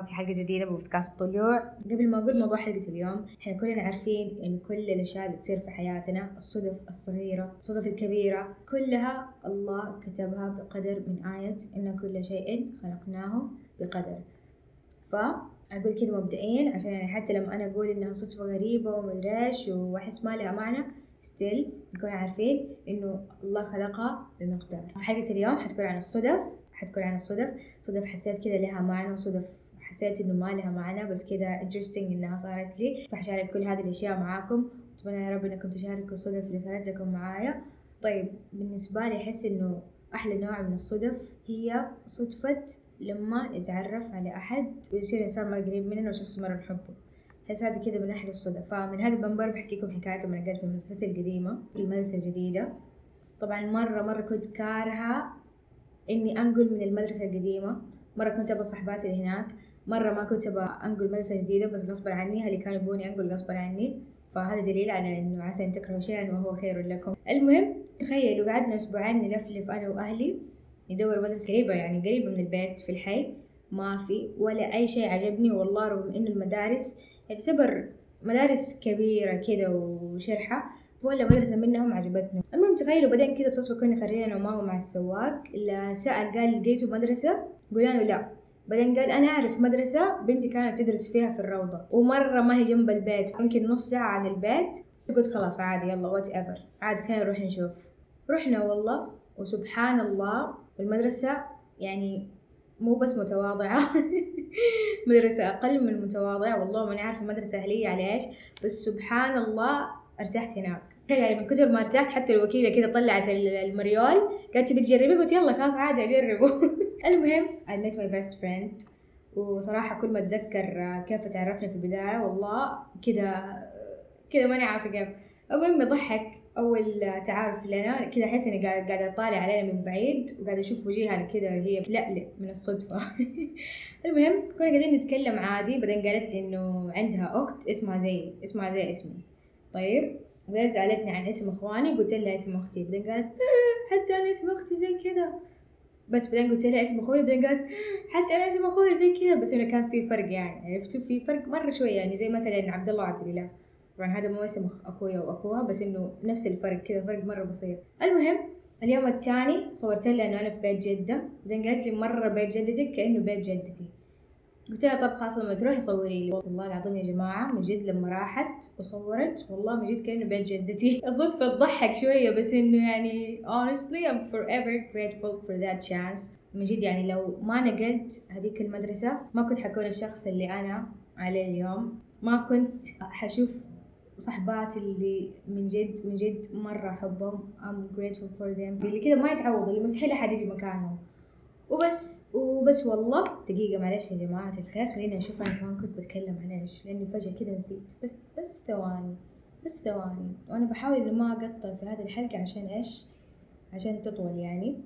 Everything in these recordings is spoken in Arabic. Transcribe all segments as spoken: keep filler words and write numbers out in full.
معاكم في حلقة جديدة بودكاست طلوع. قبل ما أقول موضوع حلقة اليوم، إحنا كلنا عارفين إن كل الأشياء اللي تصير في حياتنا، الصدف الصغيرة الصدف الكبيرة، كلها الله كتبها بقدر، من آية إن كل شيء خلقناه بقدر. فأقول كده مبدئيا عشان يعني حتى لما أنا أقول إنها صدفة غريبة ومدريش وأحس ما لها معنى، ستيل نكون عارفين إنه الله خلقها بمقدار. في حلقة اليوم حتكون عن الصدف حتكون عن الصدف صدف حسيت كده لها معنى، وصدف حسيت إنه ما لها معنى بس كده interesting إنها صارت لي، فحشارك كل هذه الأشياء معاكم. أتمنى يا رب إنكم تشاركوا الصدف اللي صارت لكم معايا. طيب بالنسبة لي أحس إنه أحلى نوع من الصدف هي صدفة لما نتعرف على أحد ويصير إنسان مرة قريب مننا وشخص مرة نحبه. أحس هذا كده من أحلى الصدف. فمن هذا المنبر بحكيكم حكاية من قد في المدرسة القديمة المدرسة الجديدة. طبعا مرة مرة كنت كارهة إني أنقل من المدرسة القديمة، مرة كنت أبغى صحباتي اللي هناك، مرة ما كنت أبغى أنقل مدرسة جديدة بس غصبا عني، اللي كانوا يبوني أنقل غصبا عني. فهذا دليل على إنه عسى أن تكرهوا شيئا وهو خير لكم. المهم تخيلوا قعدنا أسبوعين نلفلف أنا وأهلي ندور مدرسة قريبة، يعني قريبة من البيت في الحي، ما في ولا أي شيء عجبني والله، رغم إنه المدارس يعني تعتبر مدارس كبيرة كده وشرحة، ولا مدرسة منهم عجبتنا. المهم تخيلوا بعدين كده صدفة كنا خارجين أنا وماما مع السواق، اللي سأل قال لقيتوا مدرسة؟ قلنا له لا. بعدين قال أنا أعرف مدرسة بنتي كانت تدرس فيها في الروضة ومرة ما هي جنب البيت، يمكن نص ساعة عن البيت. قلت خلاص عادي يلا وات ايفر، عادي خلينا نروح نشوف. رحنا والله وسبحان الله المدرسة يعني مو بس متواضعة مدرسة أقل من متواضعة، والله ما نعرف المدرسة أهلية على إيش، بس سبحان الله ارتحت هناك. يعني من كثر ما ارتحت حتى الوكيلة كده طلعت المريول قالت تبي تجربي؟ قلت يلا خلاص عادي أجربه المهم I met my best friend، وصراحة كل ما أتذكر كيف تعرفنا في البداية والله كده كده ماني عارفة كيف. المهم يضحك أول تعارف لنا كده، أحس إني قاعدة قاعدة أطالع علينا من بعيد وقاعدة أشوف وجيهها كده هي بتلألئ من الصدفة المهم كنا قاعدين نتكلم عادي، بعدين قالت لي إنه عندها أخت اسمها زي اسمها زي اسمي. طيب بعدين سألتني عن اسم إخواني، قلت لها اسم أختي، بعدين قالت حتى أنا اسم أختي زي كده، بس بعدين قلت لها اسم أخوي، بعدين قالت حتى أنا اسم أخوي زي كده، بس إنه كان في فرق يعني، عرفتوا في فرق مرة شوي يعني، زي مثلا عبد الله وعبد الله، طبعا هذا مو اسم أخويا وأخوها بس إنه نفس الفرق كذا، فرق مرة بسيط. المهم اليوم الثاني صورت لها إنه أنا في بيت جدة، بعدين قالت لي مرة بيت جدتك كأنه بيت جدتي. قلت لها طب خلاص لما تروحي صوري لي. والله العظيم يا جماعة من جد لما راحت وصورت والله من جد كأنه بيت جدتي. الصدفة تضحك شوية بس إنه يعني honestly I'm forever grateful for that chance. من جد يعني لو ما نقلت هذيك المدرسة ما كنت حكون الشخص اللي أنا عليه اليوم، ما كنت حشوف صحباتي اللي من جد من جد مرة أحبهم I'm grateful for them، اللي كده ما يتعوضوا، اللي مستحيل أحد يجي مكانهم. وبس وبس والله دقيقة معلش يا جماعة الخير، خلينا نشوف أنا كمان كنت بتكلم عن إيش، لأني فجأة كده نسيت. بس بس ثواني بس ثواني وأنا بحاول إنه ما أقطع في هذه الحلقة عشان إيش، عشان تطول يعني.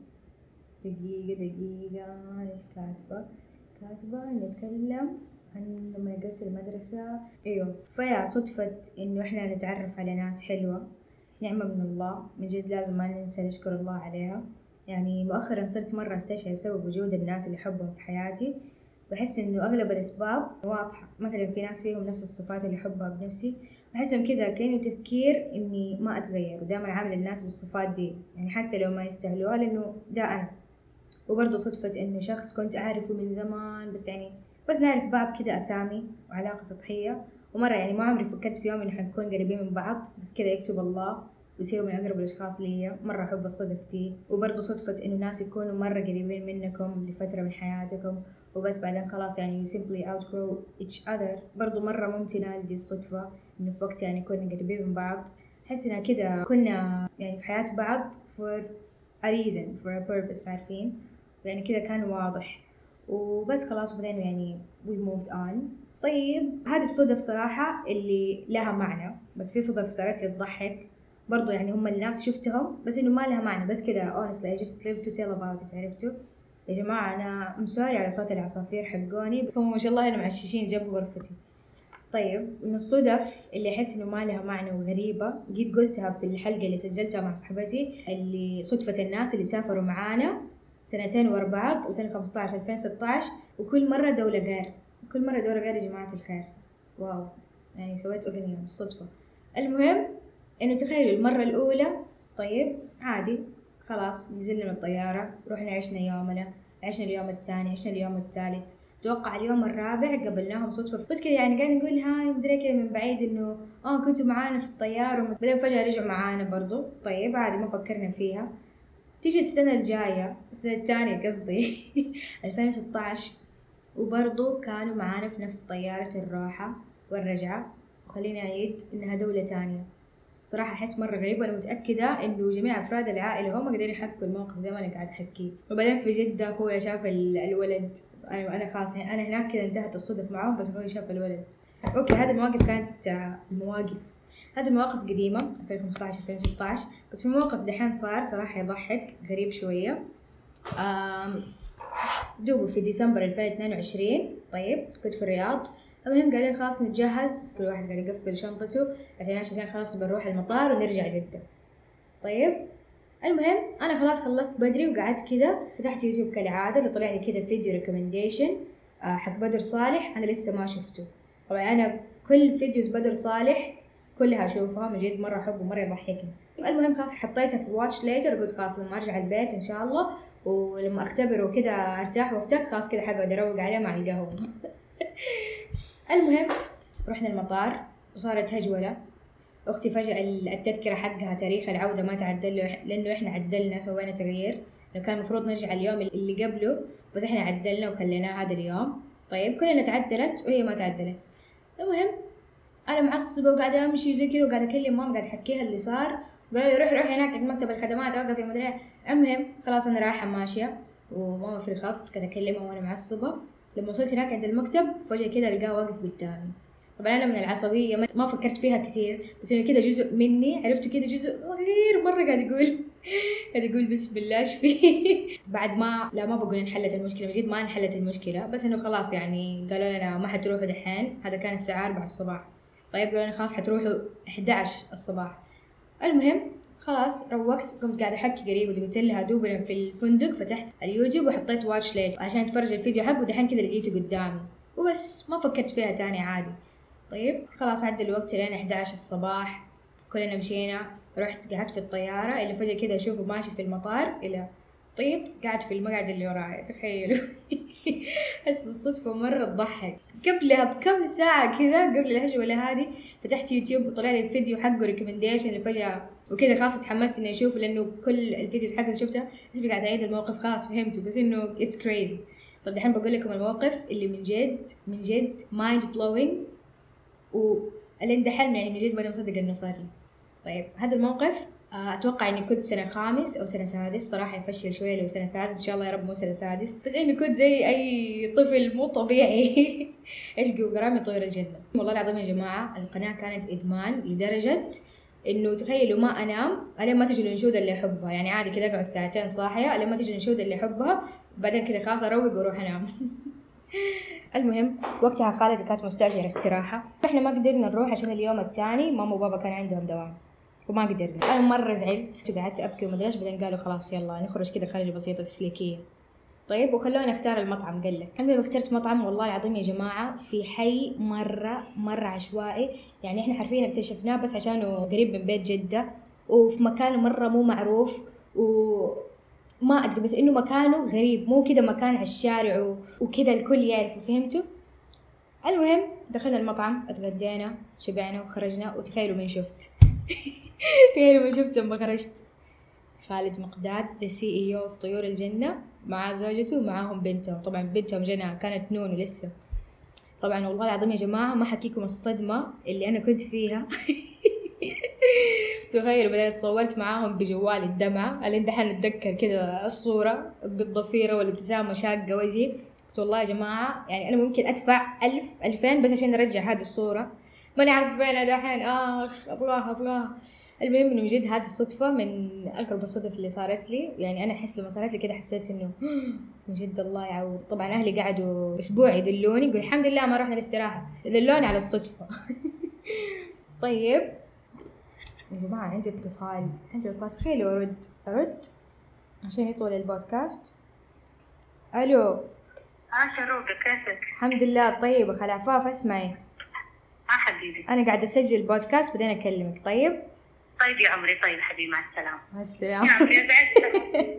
دقيقة دقيقة إيش كاتبة كاتبة نتكلم عن لما نقلت المدرسة. أيوة فيا صدفة إنه إحنا نتعرف على ناس حلوة، نعمة من الله من جد لازم ما ننسى نشكر الله عليها. يعني مؤخرا صرت مرة استشعر سبب وجود الناس اللي أحبهم في حياتي، بحس إنه أغلب الأسباب واضحة، مثلا في ناس فيهم نفس الصفات اللي أحبها بنفسي، بحسهم كذا كأنه تذكير إني ما أتغير ودائما عامل الناس بالصفات دي، يعني حتى لو ما يستاهلوها لأنه ده أنا. وبرضه صدفة إنه شخص كنت أعرفه من زمان بس يعني بس نعرف بعض كده أسامي وعلاقة سطحية، ومرة يعني ما عمري فكرت في يوم إنه حنكون قريبين من بعض، بس كده يكتب الله ويصيروا من أقرب الأشخاص لي. مرة أحب الصدف دي. وبرضه صدفة إنه ناس يكونوا مرة قريبين منكم لفترة من حياتكم وبس بعدين خلاص يعني you simply outgrow each other. برضه مرة ممتنة دي الصدفة إنه في وقت يعني كنا قريبين من بعض، حس إننا كده كنا يعني في حياة بعض for a reason for a purpose، عارفين يعني كده كان واضح. وبس خلاص بعدين يعني we moved on. طيب هذه الصدف صراحة اللي لها معنى، بس في صدف صارت لي تضحك برضو، يعني هم الناس شفتهم بس إنه ما لها معنى، بس كده honestly I just live to tell about it. عرفتوا يا جماعة أنا مسوري على صوت العصافير حقوني، فهم ما شاء الله هنا معششين جنب غرفتي. طيب من الصدف اللي أحس إنه ما لها معنى وغريبة، جيت قلتها في الحلقة اللي سجلتها مع صاحبتي، اللي صدفة الناس اللي سافروا معانا سنتين ورا بعض ألفين وخمسة عشر ألفين وستة عشر وكل مرة دولة غير. كل مرة دورة قال يا جماعة الخير، واو يعني سويت أغنية بالصدفة. المهم إنه تخيلوا المرة الأولى طيب عادي خلاص نزلنا من الطيارة، رحنا عشنا يومنا، عشنا اليوم الثاني، عشنا اليوم الثالث، توقع اليوم الرابع قابلناهم صدفة بس كده يعني قاعد نقول هاي مدري كده من بعيد إنه آه كنتوا معانا في الطيارة، وبعدين فجأة رجعوا معانا برضو. طيب عادي ما فكرنا فيها. تيجي السنة الجاية السنة الثانية قصدي ألفين وستة عشر وبرضو كانوا معانا في نفس طيارة الراحة والرجعة. وخليني أعيد إنها دولة تانية. صراحة أحس مرة غريب، وأنا متأكدة إنه جميع أفراد العائلة هم قاعدين يحكوا الموقف زي ما أنا قاعد أحكيه. وبعدين في جدة أخويا شاف الولد، أنا أنا خلاص أنا هناك كذا انتهت الصدف معهم، بس أخويا شاف الولد. أوكي هذه المواقف كانت المواقف هذه المواقف قديمة ألفين وخمسة عشر ألفين وستة عشر، بس في موقف دحين صار صراحة يضحك غريب شوية. دوبه في ديسمبر ألفين واثنين وعشرين. طيب كنت في الرياض. المهم قاعدين خلاص نتجهز، كل واحد قاعد يقفل شنطته عشان عشان خلاص بنروح المطار ونرجع جدة. طيب المهم أنا خلاص خلصت بدري وقعدت كده فتحت يوتيوب كالعادة، اللي طلع لي كده فيديو ريكومنديشن حق بدر صالح، أنا لسه ما شفته. طبعا أنا كل فيديوز بدر صالح كلها أشوفها من جد، مرة أحب ومرة يضحكني. المهم خلاص حطيتها في واتش ليتر، قلت خلاص لما أرجع البيت إن شاء الله ولما أختبره كده أرتاح وأفتك خلاص كده حقعد أروق عليه مع القهوة. المهم رحنا المطار وصارت هجولة. أختي فجأة التذكرة حقها تاريخ العودة ما تعدل لأنه إحنا عدلنا سوينا تغيير، لو كان المفروض نرجع اليوم اللي قبله بس إحنا عدلنا وخليناه هذا اليوم. طيب كلنا تعدلت وهي ما تعدلت. المهم أنا معصبة وقاعدة أمشي زي كذا وقاعدة أكلم ماما قاعدة أحكيها اللي صار، وقالوا لي روح روح هناك عند مكتب الخدمات أوقف يا مدري. المهم خلاص أنا رايحة ماشية وماما في الخط قاعدة أكلمها وأنا معصبة. لما وصلت هناك عند المكتب فجأة كده ألقاه واقف قدامي. طبعا أنا من العصبية ما فكرت فيها كثير، بس إنه كده جزء مني عرفت كده جزء صغير مرة قاعد يقول قاعد يقول بسم الله إيش فيه. بعد ما لا ما بقول انحلت المشكلة بجد ما انحلت المشكلة، بس إنه خلاص يعني قالوا لنا ما حتروحوا دحين، هذا كان الساعة أربعة الصباح. طيب قالوا لنا خلاص حتروحوا إحدى عشر الصباح. المهم خلاص روقت قمت قاعدة أحكي قريب وقلت لها دوبنا في الفندق فتحت اليوتيوب وحطيت واتش ليت عشان أتفرج الفيديو حقه، ودحين كده لقيته قدامي وبس ما فكرت فيها تاني عادي. طيب خلاص عدى الوقت لين إحدى عشر الصباح، كلنا مشينا، رحت قعدت في الطيارة اللي فجأة كده أشوفه ماشي في المطار إلى طيب قاعد في المقعد اللي وراي. تخيلوا. حس الصدفة مرة تضحك. قبلها بكم ساعة كذا قبل الهجولة هذه فتحت يوتيوب وطلع لي الفيديو حقه ريكومنديشن اللي فجأة وكذا خلاص تحمست إني أشوفه لأنه كل الفيديوز حقه شفتها إيش قاعد أعيد الموقف خلاص فهمته، بس إنه it's crazy. طب دحين بقول لكم الموقف اللي من جد من جد mind blowing واللي دحين يعني من جد ما مصدق إنه صار لي. طيب هذا الموقف أتوقع إني كنت سنة خامس أو سنة سادس، صراحة يفشل شوية لو سنة سادس إن شاء الله يا رب مو سنة سادس، بس إني كنت زي أي طفل مو طبيعي. إيش جو غرامي طير الجنة. والله العظيم يا جماعة القناة كانت إدمان لدرجة إنه تخيلوا ما أنام ألين ما تجي الأنشودة اللي أحبها، يعني عادي كذا أقعد ساعتين صاحية ألين ما تجي الأنشودة اللي أحبها، بعدين كذا خلاص أروق وأروح أنام. المهم وقتها خالتي كانت مستأجرة استراحة، إحنا ما قدرنا نروح عشان اليوم الثاني ماما وبابا كان عندهم دوام وما قدرنا. أنا مرة زعلت وقعدت أبكي ومدريش، بعدين قالوا خلاص يلا نخرج كده خرجة بسيطة تسليكية. طيب وخلوني أختار المطعم. قال لك المهم اخترت مطعم والله العظيم يا جماعة في حي مرة مرة عشوائي، يعني إحنا حرفيا اكتشفناه بس عشانه قريب من بيت جدة وفي مكان مرة مو معروف وما أدري، بس إنه مكانه غريب مو كده مكان على الشارع وكده الكل يعرفه، فهمتوا؟ المهم دخلنا المطعم اتغدينا شبعنا وخرجنا، وتخيلوا من شفت. تخيلوا من شفت لما خرجت خالد مقداد السي اي او في طيور الجنة مع زوجته ومعاهم بنتهم. طبعا بنتهم جنى كانت نونو لسه. طبعا والله العظيم يا جماعة ما حكيكم الصدمة اللي أنا كنت فيها. تخيلوا بدأت صورت معاهم بجوال الدمعة اللي دحين أتذكر كده الصورة بالضفيرة والابتسامة شاقة وجهي، بس والله يا جماعة يعني أنا ممكن أدفع ألف ألفين بس عشان أرجع هذه الصورة، ماني عارف فين دحين. آخ أبغاها أبغاها. المهم إنه من جد هذه الصدفة من أغرب الصدف اللي صارت لي، يعني أنا أحس لما صارت لي كده حسيت إنه من جد الله يعوض. طبعا أهلي قعدوا أسبوع يدلوني يقول الحمد لله ما رحنا الاستراحة، دلوني على الصدفة. طيب يا جماعة عندي اتصال عندي اتصال تخيلوا أرد أرد عشان يطول البودكاست. ألو ها شروقة كيفك؟ الحمد لله طيبة. خال عفاف اسمعي، ها حبيبي. أنا قاعدة أسجل بودكاست بعدين أكلمك. طيب طيب يا عمري. طيب حبيبي مع السلامة. مع السلامة. يا عمري أزعجتك.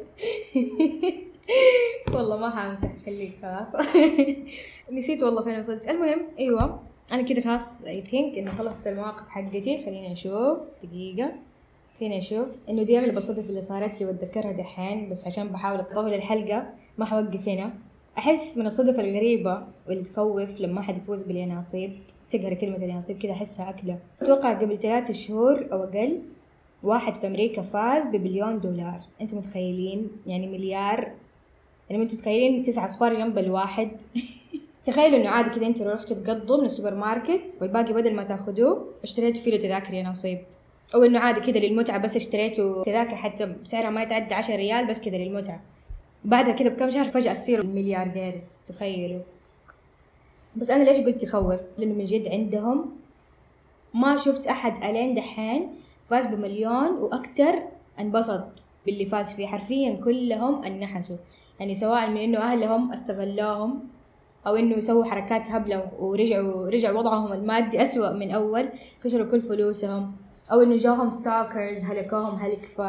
والله ما حامسح، خليك خلاص. نسيت والله فين وصلت. المهم أيوة أنا كده خلاص I think إنه خلصت المواقف حقتي. خلينا نشوف دقيقة، خلينا نشوف إنه دي أغلب الصدف اللي صارت لي وأتذكرها دحين، بس عشان بحاول أطول الحلقة ما حوقف هنا. أحس من الصدف الغريبة واللي تخوف لما أحد يفوز باليانصيب. تقهر كلمة اليانصيب كده أحسها أكلة. أتوقع قبل ثلاثة شهور أو أقل واحد في أمريكا فاز ببليون دولار. أنتم متخيلين؟ يعني مليار. يعني أنتم متخيلين تسعة أصفار جنب الواحد. تخيلوا إنه عادي كده أنتوا رحتوا تقضوا من السوبر ماركت والباقي بدل ما تاخدوه اشتريتوا فيه تذاكر يانصيب، أو إنه عادي كده للمتعة بس اشتريتوا تذاكر حتى سعرها ما يتعدى عشرة ريال بس كده للمتعة. بعدها كده بكم شهر فجأة تصيروا المليارديرز. تخيلوا. بس أنا ليش قلت يخوف؟ لأنه من جد عندهم ما شفت أحد ألين دحين فاز بمليون وأكتر انبسط باللي فاز فيه. حرفيا كلهم انحسوا، يعني سواء من إنه أهلهم استغلوهم أو إنه يسووا حركات هبلة ورجعوا رجع وضعهم المادي أسوأ من أول، خسروا كل فلوسهم، أو إنه جاهم ستاكرز هلكوهم هلك. ف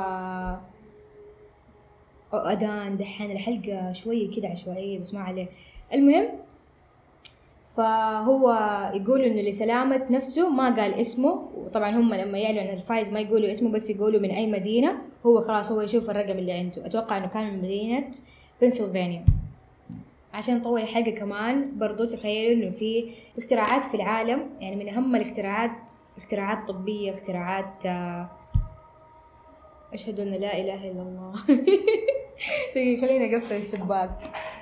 أدان دحين الحلقة شوية كده عشوائية بس ما عليه. المهم فهو يقول إنه لسلامة نفسه ما قال اسمه، وطبعا هم لما يعلنوا عن الفايز ما يقولوا اسمه بس يقولوا من أي مدينة. هو خلاص هو يشوف الرقم اللي عنده. أتوقع إنه كان من مدينة بنسلفانيا. عشان نطول الحلقة كمان برضو تخيلوا إنه في اختراعات في العالم، يعني من أهم الاختراعات اختراعات طبية، اختراعات أشهد أن لا إله إلا الله. خلينا نقفل الشباك.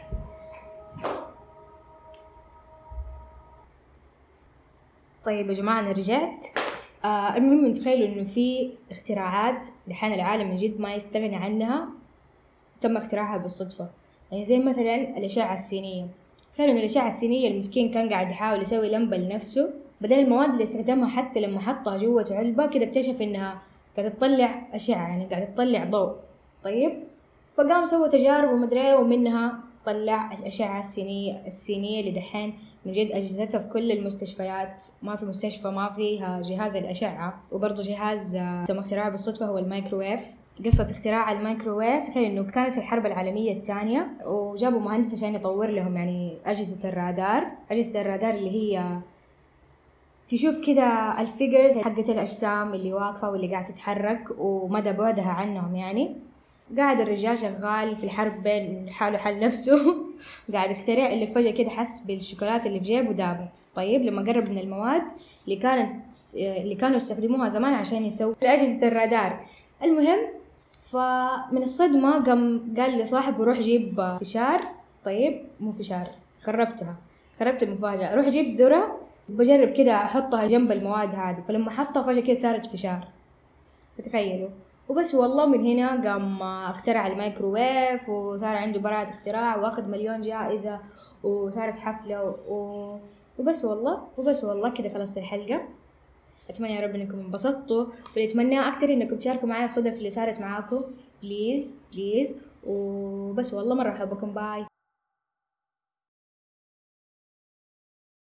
طيب يا جماعة أنا رجعت. آه المهم تخيلوا إنه في اختراعات لحين العالم من جد ما يستغني عنها تم اختراعها بالصدفة. يعني زي مثلا الأشعة السينية. تخيلوا إن الأشعة السينية المسكين كان قاعد يحاول يسوي لمبة لنفسه، بدل المواد اللي استخدمها حتى لما حطها جوة علبة كده اكتشف إنها قاعدة تطلع أشعة، يعني قاعدة تطلع ضوء. طيب فقام سوى تجارب ومدري ومنها طلع الأشعة السينية السينية اللي دحين من جد أجهزتها في كل المستشفيات. ما في مستشفى ما فيها جهاز الأشعة. وبرضو جهاز تم اختراعه بالصدفة هو الميكروويف. قصة اختراع الميكروويف تخيل إنه كانت الحرب العالمية الثانية وجابوا مهندس عشان يطور لهم يعني أجهزة الرادار. أجهزة الرادار اللي هي تشوف كده الفيجرز حقت الأجسام اللي واقفة واللي قاعدة تتحرك ومدى بعدها عنهم. يعني قاعد الرجال شغال في الحرب بين حاله حل نفسه. قاعد يخترع اللي فجأة كده حس بالشوكولاتة اللي في جيبه دابت. طيب لما قرب من المواد اللي كانت اللي كانوا يستخدموها زمان عشان يسوي أجهزة الرادار. المهم فمن الصدمة قام قال لصاحبه روح جيب فشار. طيب مو فشار، خربتها خربت المفاجأة. روح جيب ذرة بجرب كده أحطها جنب المواد هذه. فلما حطها فجأة كده صارت فشار. فتخيلوا. وبس والله من هنا قام اخترع الميكروويف وصار عنده براءة اختراع واخد مليون جائزة وصارت حفلة و... وبس والله وبس والله كده خلصت الحلقة. أتمنى يا رب إنكم انبسطتوا، واللي أتمناه أكتر إنكم تشاركوا معايا الصدف اللي صارت معاكم بليز بليز. وبس والله مرة أحبكم. باي.